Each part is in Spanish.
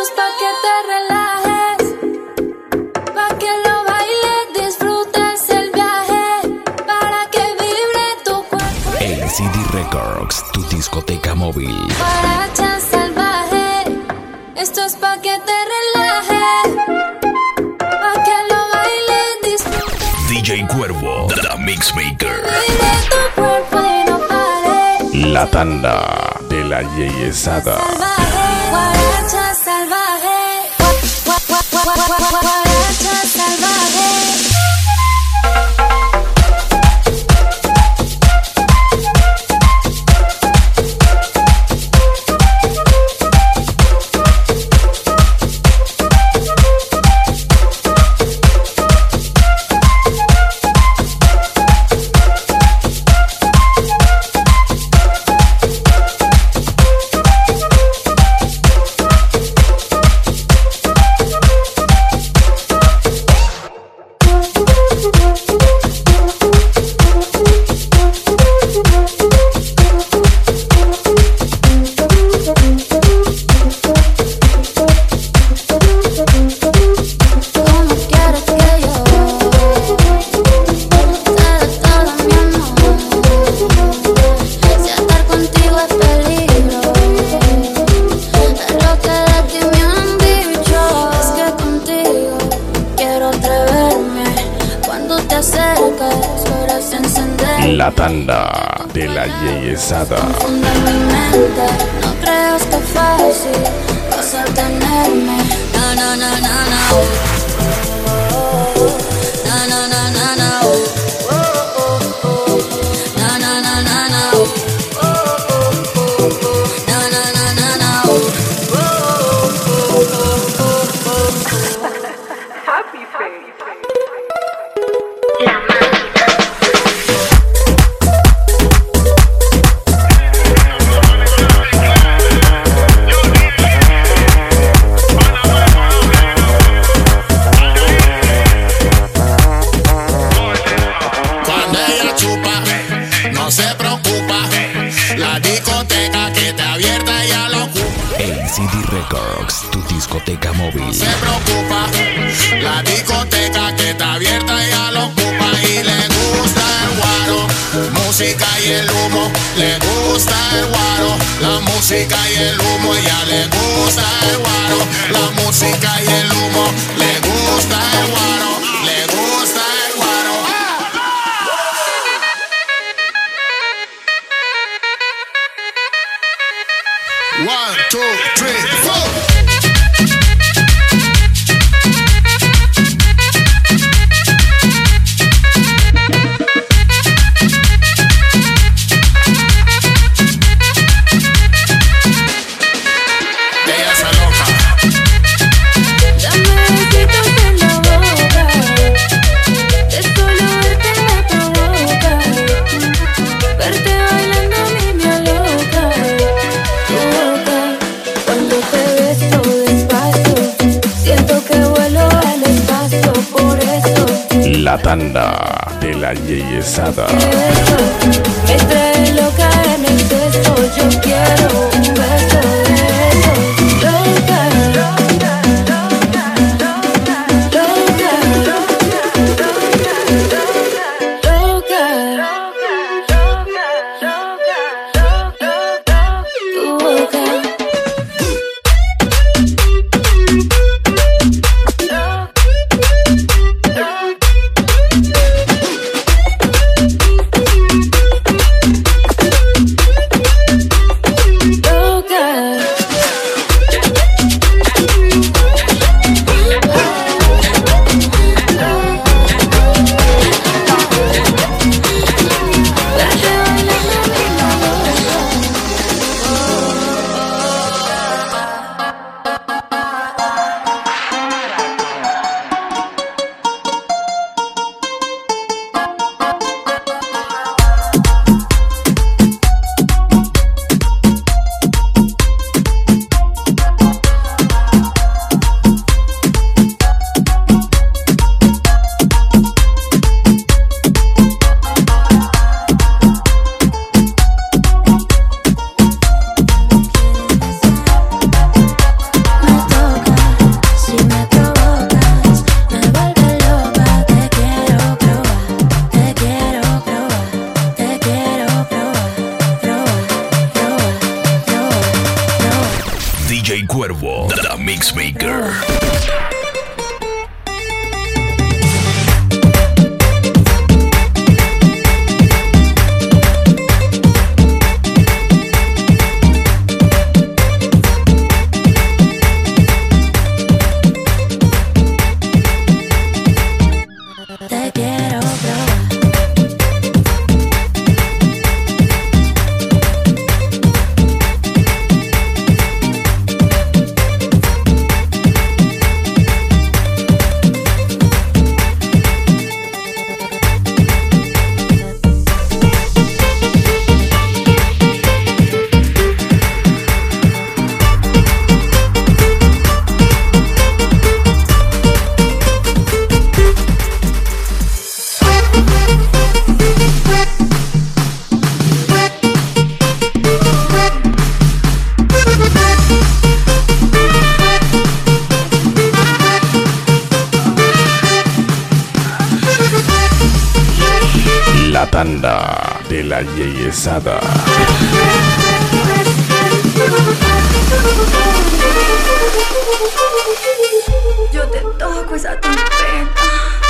es pa' que te relajes, pa' que lo bailes, disfrutes el viaje, para que vibre tu cuerpo. LCD Records, tu discoteca móvil. Guaracha salvaje, esto es pa' que te relajes, pa' que lo bailes, disfrutes. DJ Cuervo, The Mixmaker. Vive tu cuerpo y no pares. La tanda de la Yeyesada. Salvaje, guaracha salvaje, guaracha salvaje. La tanda de la Yeyesada. Confunda mi mente, no creas que es fácil vas a tenerme. No, no, no, no, no. No, no, no, no, no. No, no, no, no, no. No, no, no, no, no. Happy face. LCD Records, tu discoteca móvil. No se preocupa, la discoteca que está abierta ya lo ocupa y le gusta el guaro, música y el humo. Le gusta el guaro, la música y el humo. Ya le gusta el guaro, la música y el humo. Le gusta el guaro, le gusta el guaro. One, two, three, four. La tanda de la Yeyesada. Me trae loca en exceso, yo quiero un beso de esos. Loca, loca, loca, loca, loca, loca, loca, loca, tu boca. Cuervo, The Mixmaker. Te quiero probar. La tanda de la yeyesada. Yo te toco esa trompeta.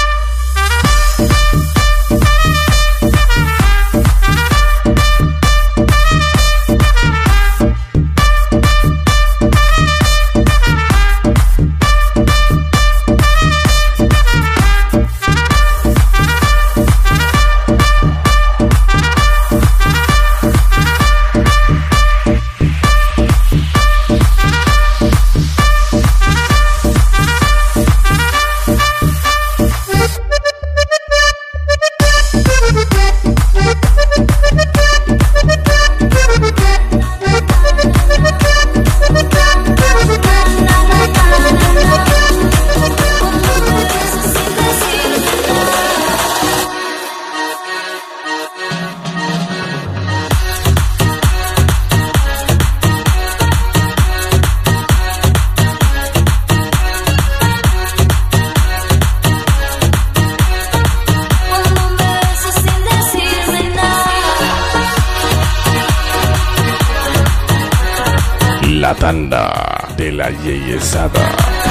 La tanda de la yeyesada.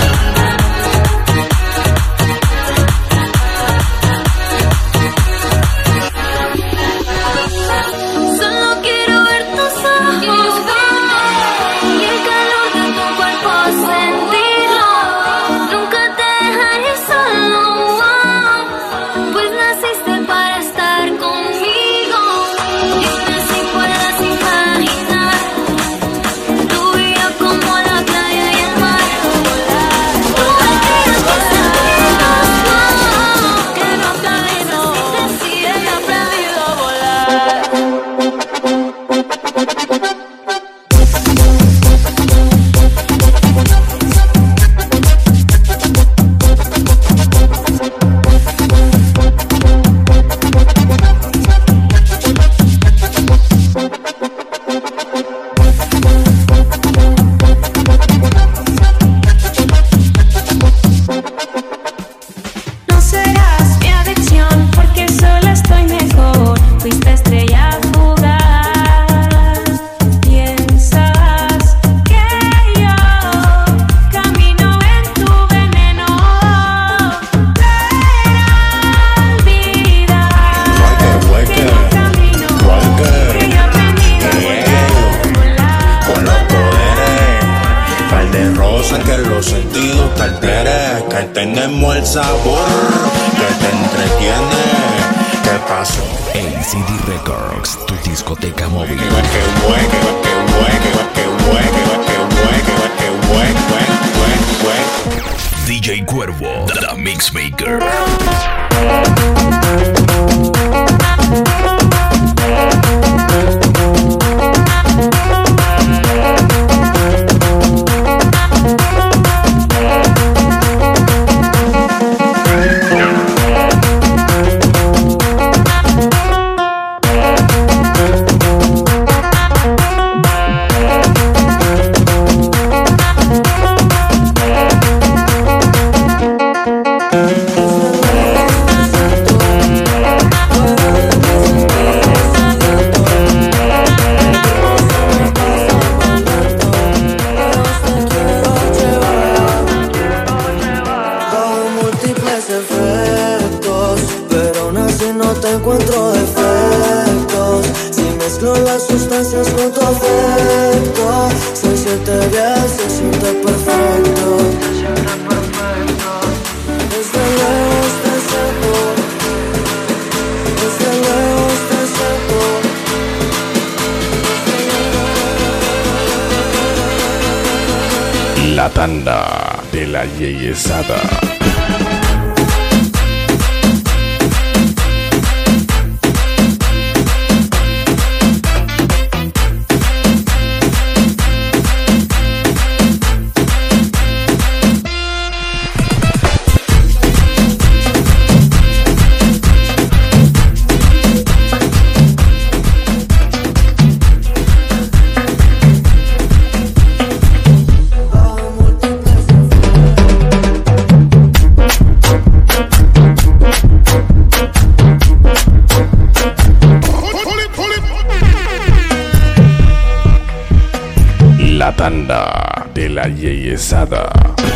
Solo quiero ver tus ojos y el calor de tu cuerpo sentirlo. Nunca te dejaré solo, pues naciste para estar conmigo. Dime si puedes imaginar tu vida como la playa y el mar. Tú que no te olvido, decir he aprendido a volar. No serás mi adicción porque sola estoy mejor. Fuiste estrella fugaz. Piensas que yo camino en tu veneno. Pero olvida que yo camino, que yo he aprendido a volar. Con los poderes, par de rosas que los sentidos te altere, que tenemos el sabor que te entretiene. ¿Qué pasó? ACD Records, tu discoteca móvil. DJ Cuervo, The Mixmaker. Mezclo las sustancias con tu afecto. Se siente bien, se siente perfecto. Desde lejos te siento. Desde lejos te siento. La tanda de la Yeyesada. La tanda de la Yeyesada.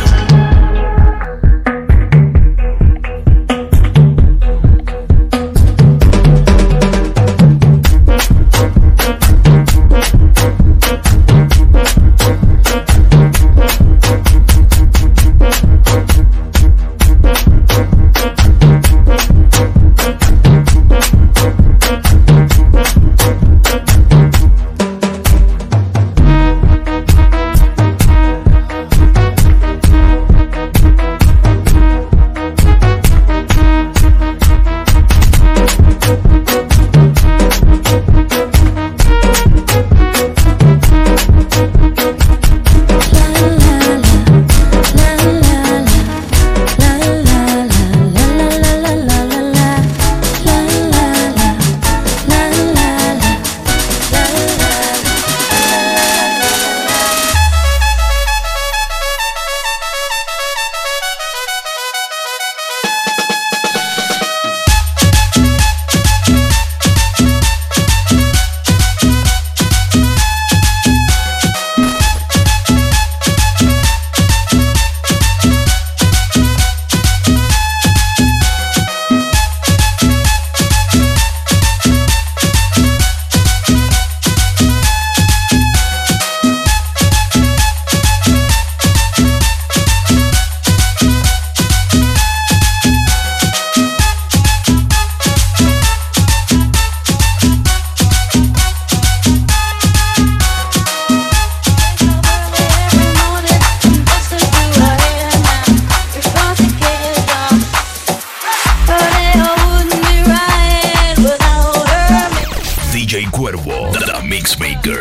DJ Cuervo, The Mixmaker.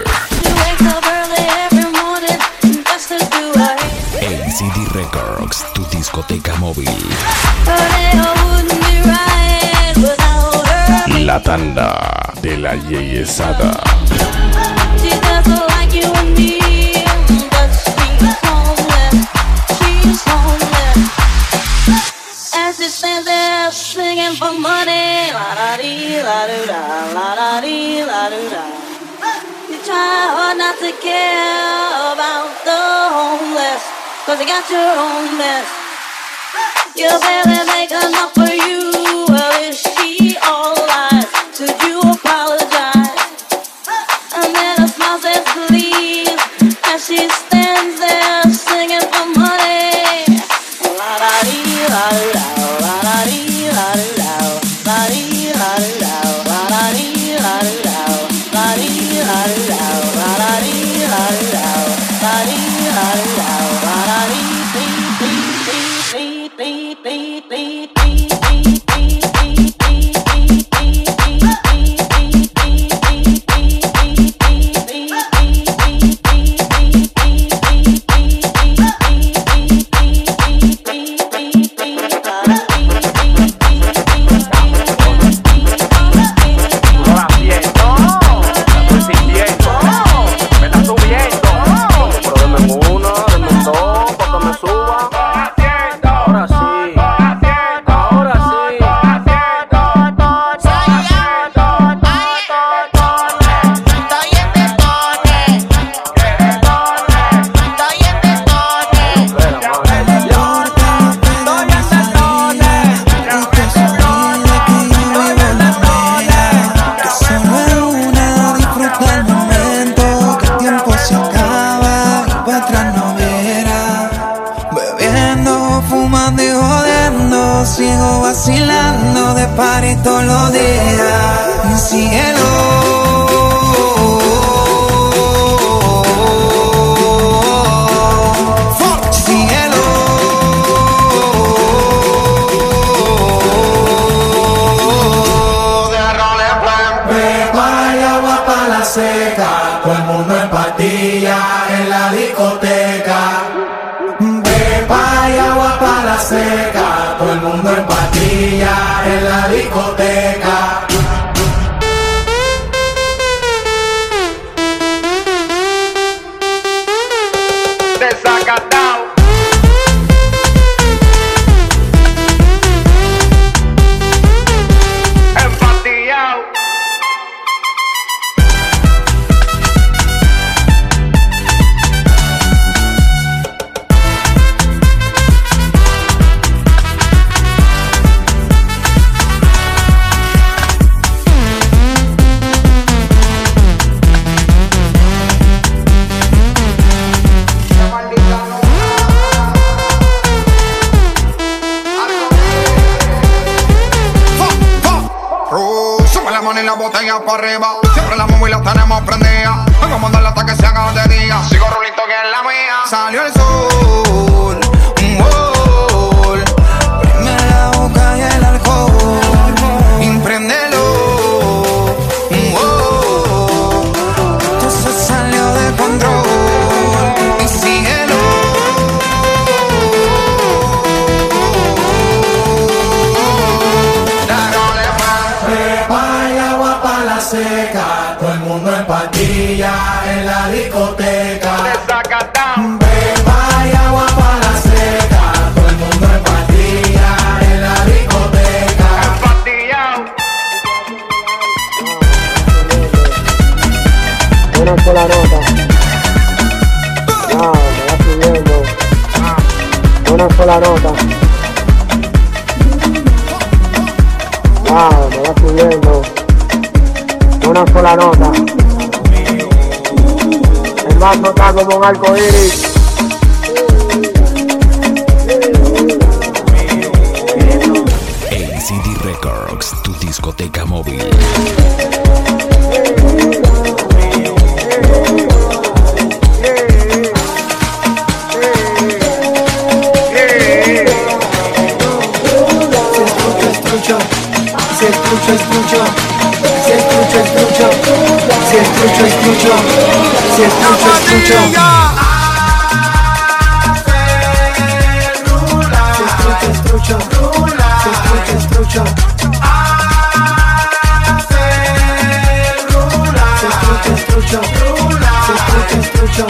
ACD Records, tu discoteca móvil. La tanda de la Yeyesada. She doesn't like you and me, but she's homeless. She's homeless. As she stands there singing for money, la da dee, la do da, la da dee, la do da. You try hard not to care about the homeless, 'cause you got your own mess. You barely make enough for you. Well, is she all lies? Should you apologize? And then a smile says please, as she stands there singing for money. La da dee la do da, la da dee la do da, la dee la do da, la da dee la do da, la dee la do da, la da dee la do da, la dee la do da, la da dee dee dee dee dee dee dee dee dee dee. party todos los días. Síguelo. Todo el mundo en patilla en la discoteca. Pepa y agua para la seca. Todo el mundo en patilla en la discoteca. Desacatado. Empatillado. Y la botella para arriba, siempre la móvil la tenemos prendida. Vamos a mandarla hasta que se haga de día. Sigo rulito que es la mía. Salió el sol, Prime la boca y el alcohol. impréndelo. Esto se salió de control. Y síguelo. Seca, todo el mundo en patilla en la discoteca. Desacatado. Beba y agua para la seca, todo el mundo en patilla en la discoteca. Empatillado. Una sola nota. No, me va subiendo. Una sola nota. Wow, me va subiendo. Una sola nota. El vaso está como un arco iris. ACD Records, tu discoteca móvil. Si es trucho, es trucho. Si es trucho, es trucho. Si es trucho, es trucho. Si es trucho, es trucho. Si es trucho, es trucho. Si es trucho, es trucho. Si es trucho, es trucho. Si es trucho, es trucho.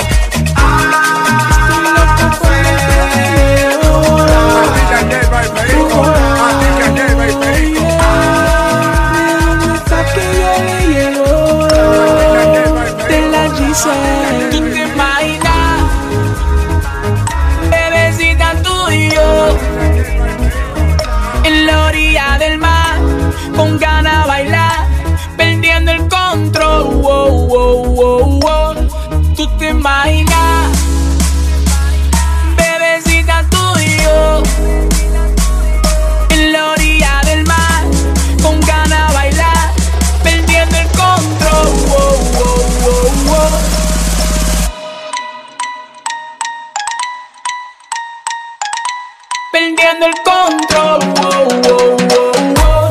Tú te imaginas, bebecita, tú y yo en la orilla del mar, con ganas de bailar, perdiendo el control. Wow, wow, wow, wow. Tú te imaginas, bebecita, tú y yo en la orilla del mar, con ganas de bailar, perdiendo el control. Wow, wow, wow, wow. Perdiendo el control. Wow, wow, wow, wow.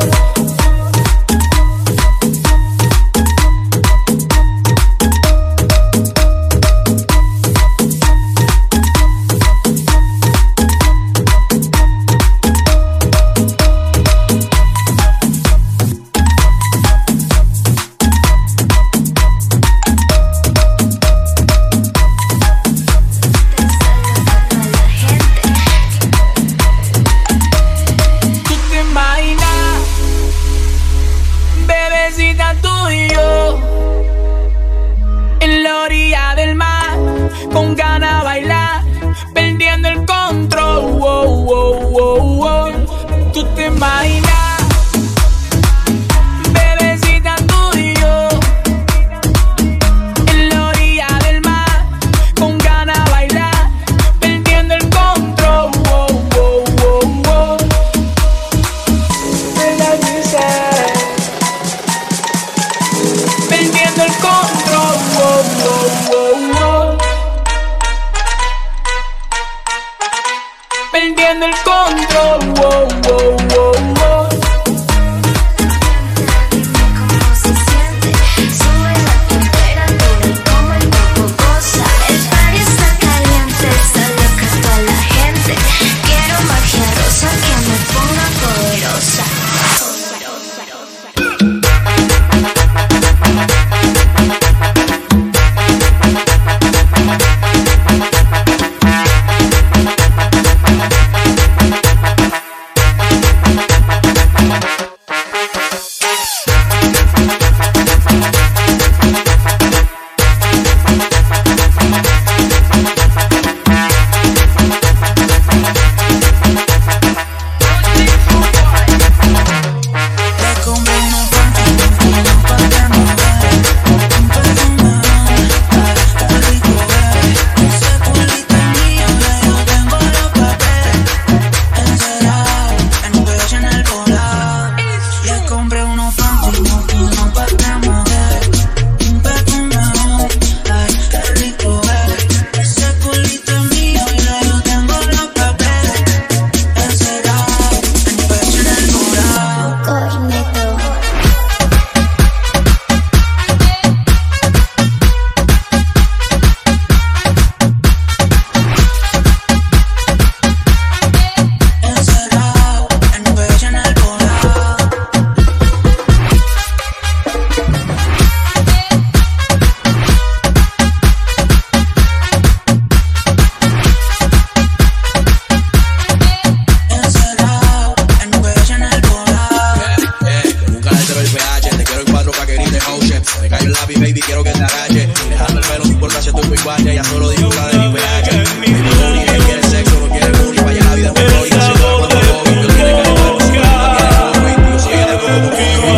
el lápiz, baby, quiero que te agache. Dejando el pelo, no importa si estoy muy guacha. Ya solo digo la de mi PH. Baby, booty, él quiere sexo, no quiere booty. Vaya la vida es un glory, casi todo cuando lo vi. Yo tiene que no si no tiene COVID. Yo soy el de como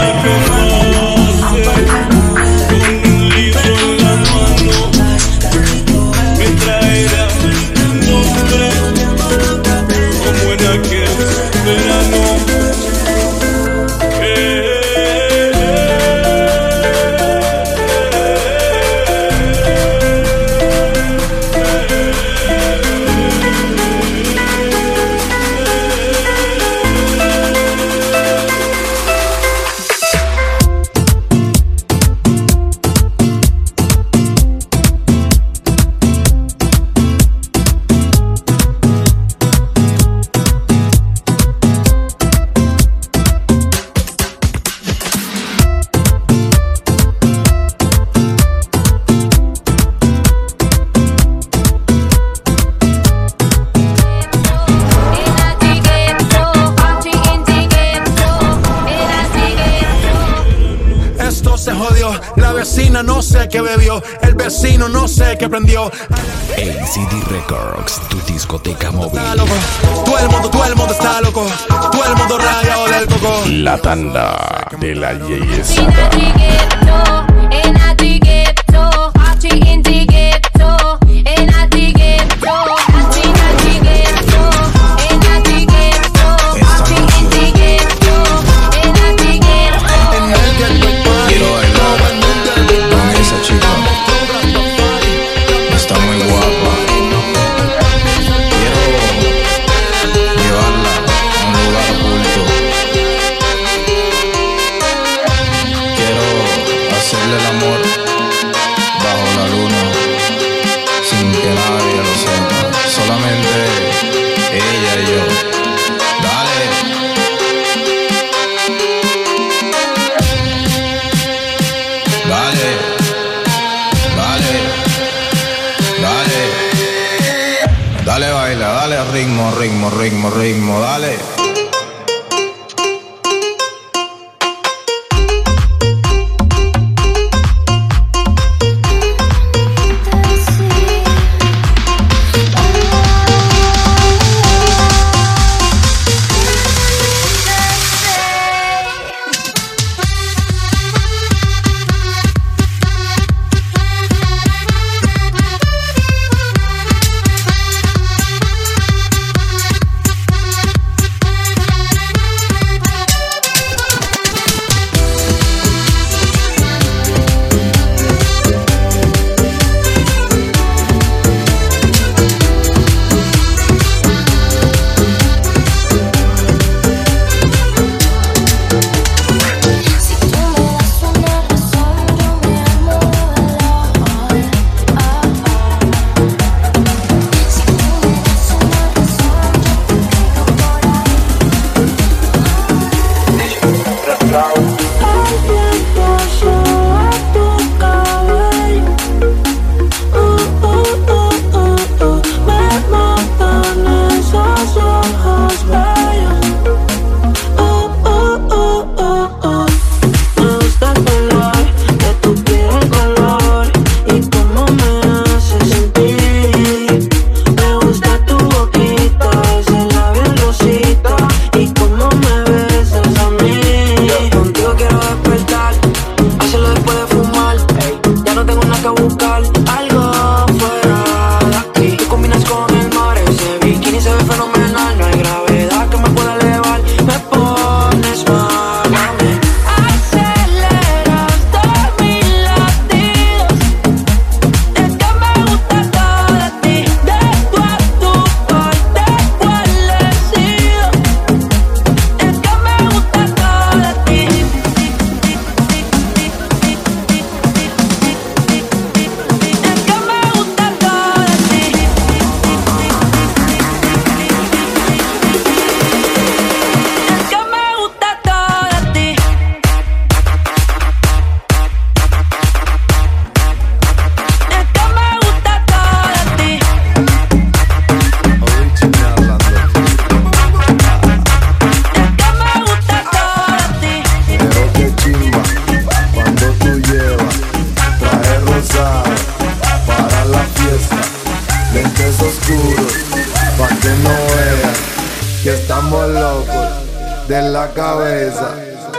no sé qué bebió, el vecino no sé qué prendió. ACD Records, tu discoteca móvil. Todo el mundo está loco, todo el mundo rayado del coco. La tanda de la Yeyesada. Dale, baila, dale, ritmo, ritmo, ritmo, ritmo, dale. que estamos locos de la cabeza.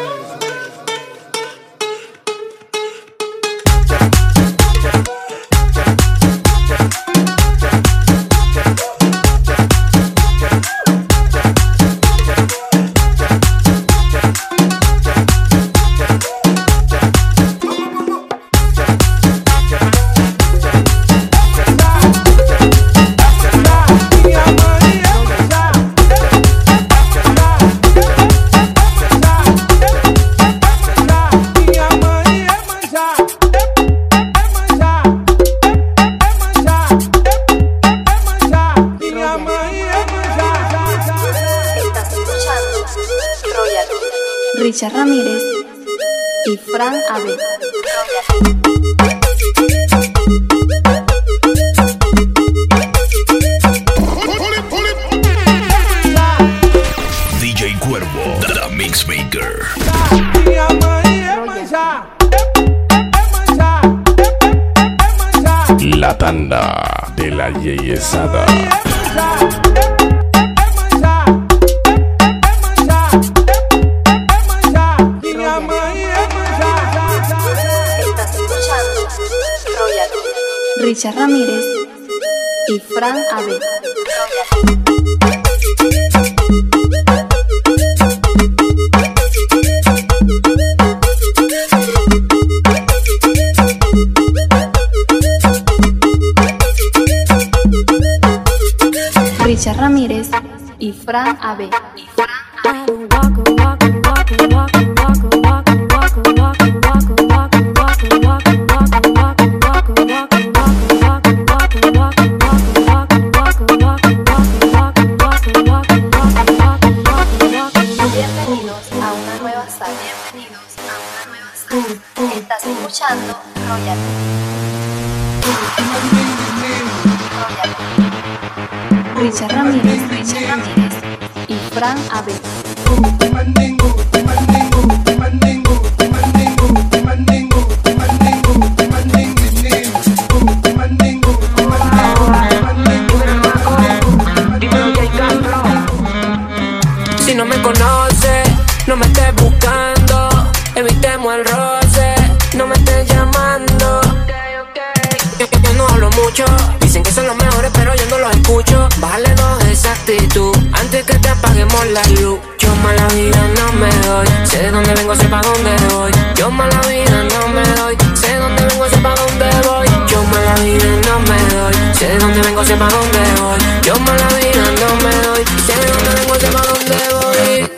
Richard Ramírez y Fran Abel. DJ Cuervo, The Mixmaker. La tanda de la yeyesada. Richard Ramírez y Fran Abel. Richard Ramírez y Fran Abel. Estás escuchando Royal. Richard Ramírez y Fran Abel. Si no me conoces, no me estés buscando. Evitemos el roce, no me estés llamando. Yo no hablo mucho, dicen que son los mejores, pero yo no los escucho. Bájale dos de esa actitud, antes que te apaguemos la luz. Yo mala vida no me doy, sé de dónde vengo, sé pa' dónde voy. Yo mala vida no me doy, sé de dónde vengo, sé pa' dónde voy. Yo mala vida no me doy, sé de dónde vengo, sé pa' dónde voy. Yo mala vida no me doy, sé de dónde vengo, sé pa' dónde voy.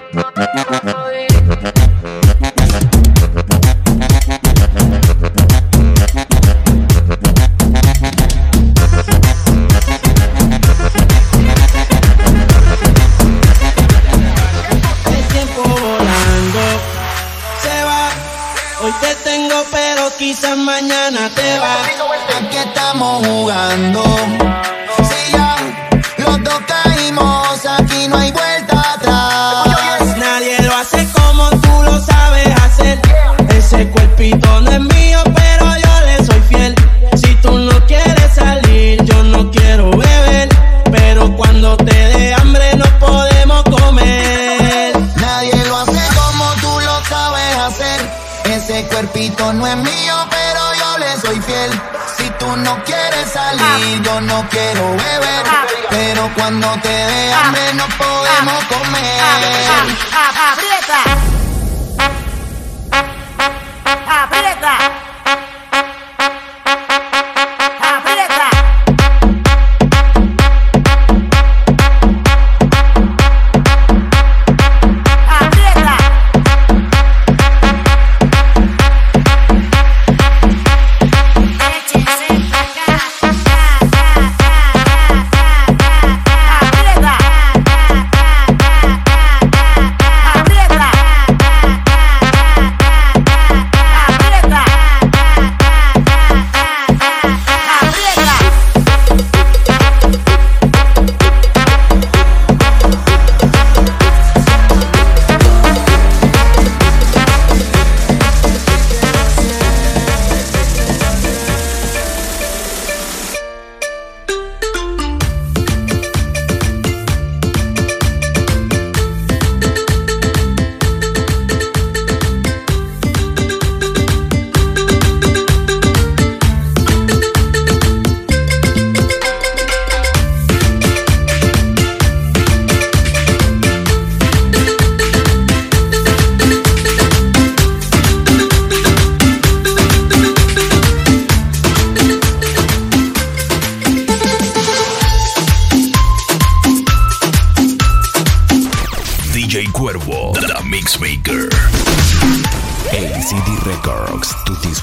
Quizás mañana te va. Aquí estamos jugando. Si ya los dos caímos, aquí no hay vuelta atrás. Nadie lo hace como tú lo sabes hacer. Ese cuerpito no es mío, pero yo le soy fiel. Si tú no quieres salir, yo no quiero beber. Pero cuando te dé hambre no podemos comer. Nadie lo hace como tú lo sabes hacer. Ese cuerpito no es mío, pero yo le soy fiel. Si tú no quieres salir, yo no quiero beber. Pero cuando te dé hambre no podemos comer. ¡Aprieta! ¡Aprieta! ¡Aprieta!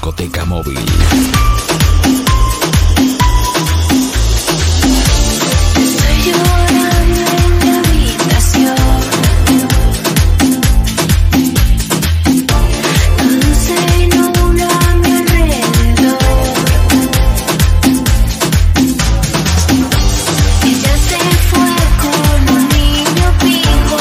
discoteca móvil. Estoy llorando en mi habitación. Todo se nubla a mi alrededor. Ella se fue con un niño pijo.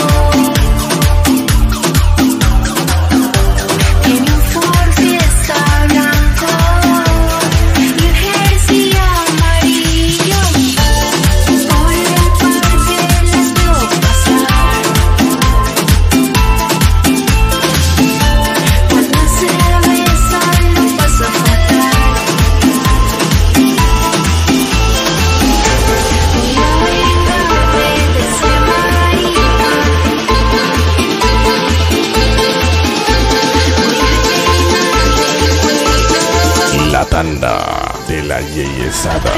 Tiene un Ford Fiesta blanco y un jersey amarillo. Por el parque las veo pasar. Cuando se besan lo paso fatal. Voy a vengarme de ese marido. La tanda de la yeyesada.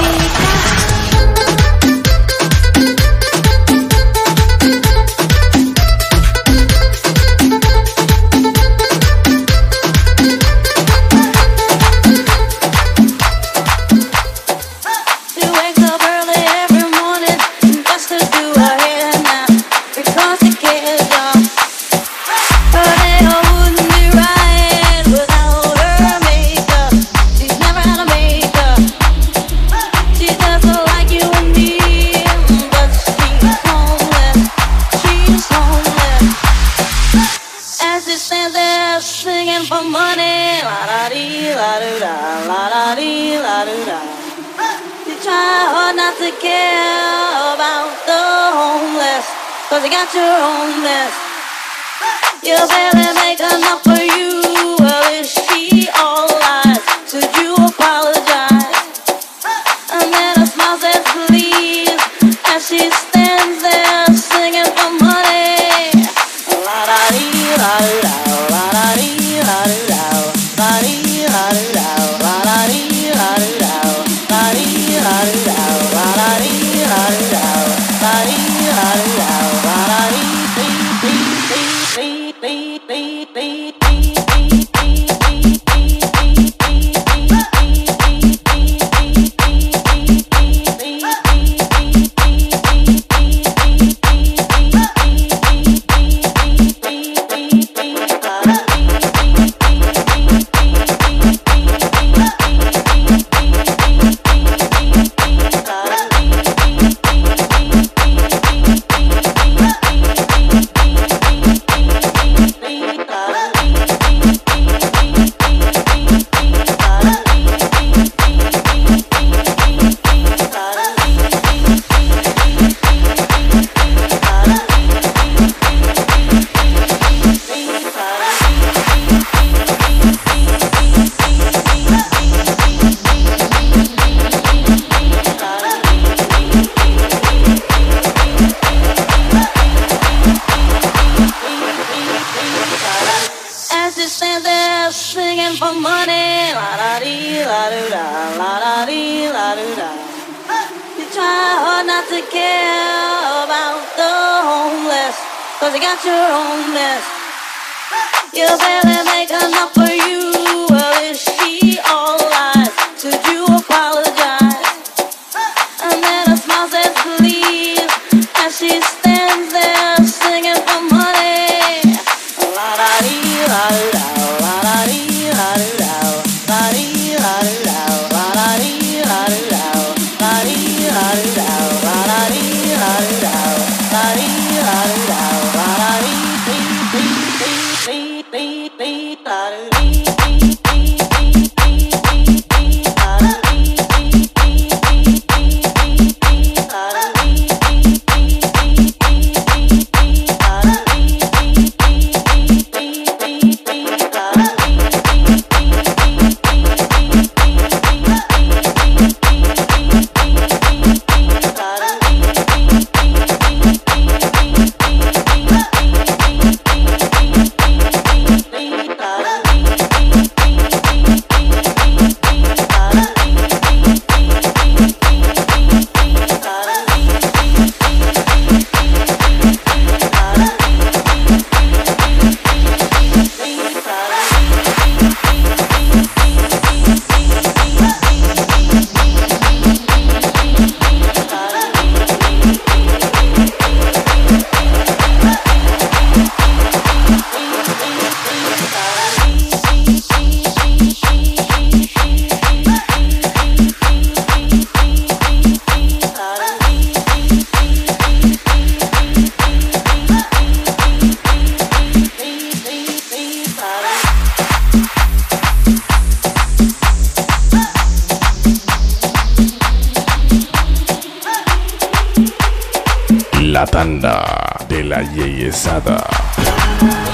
She wakes up early every morning just to do her hair now because she cares off. Her hair wouldn't be right without her makeup. She's never had a makeup. She's just like you and me, but she's homeless. She's homeless. As she stands there singing for money, la da dee la do da, la da dee la do da. You try hard not to care about the homeless, 'cause you got your own mess. You barely make enough for you. Well, is she all lies? Should you apologize? And then a smile says please as she stands there singing for money. La da dee la do da, la da dee la do da, la dee la do da, la da dee la do da, la dee la do da, la da dee la do da, la dee la do da, la da dee as she stands there singing for money. La da dee la do da, la da dee la do da. You try hard not to care about the homeless, 'cause you got your own mess. You barely make enough for you. Well, is she all lies? Should you apologize? And then a smile says please as she stands there singing for money. La da dee la do da, la da dee la do da, la dee la do da, la da dee la do da, la dee la do da, la da dee la do da, la dee la do da, la da dee la do da. La tanda de la yeyesada.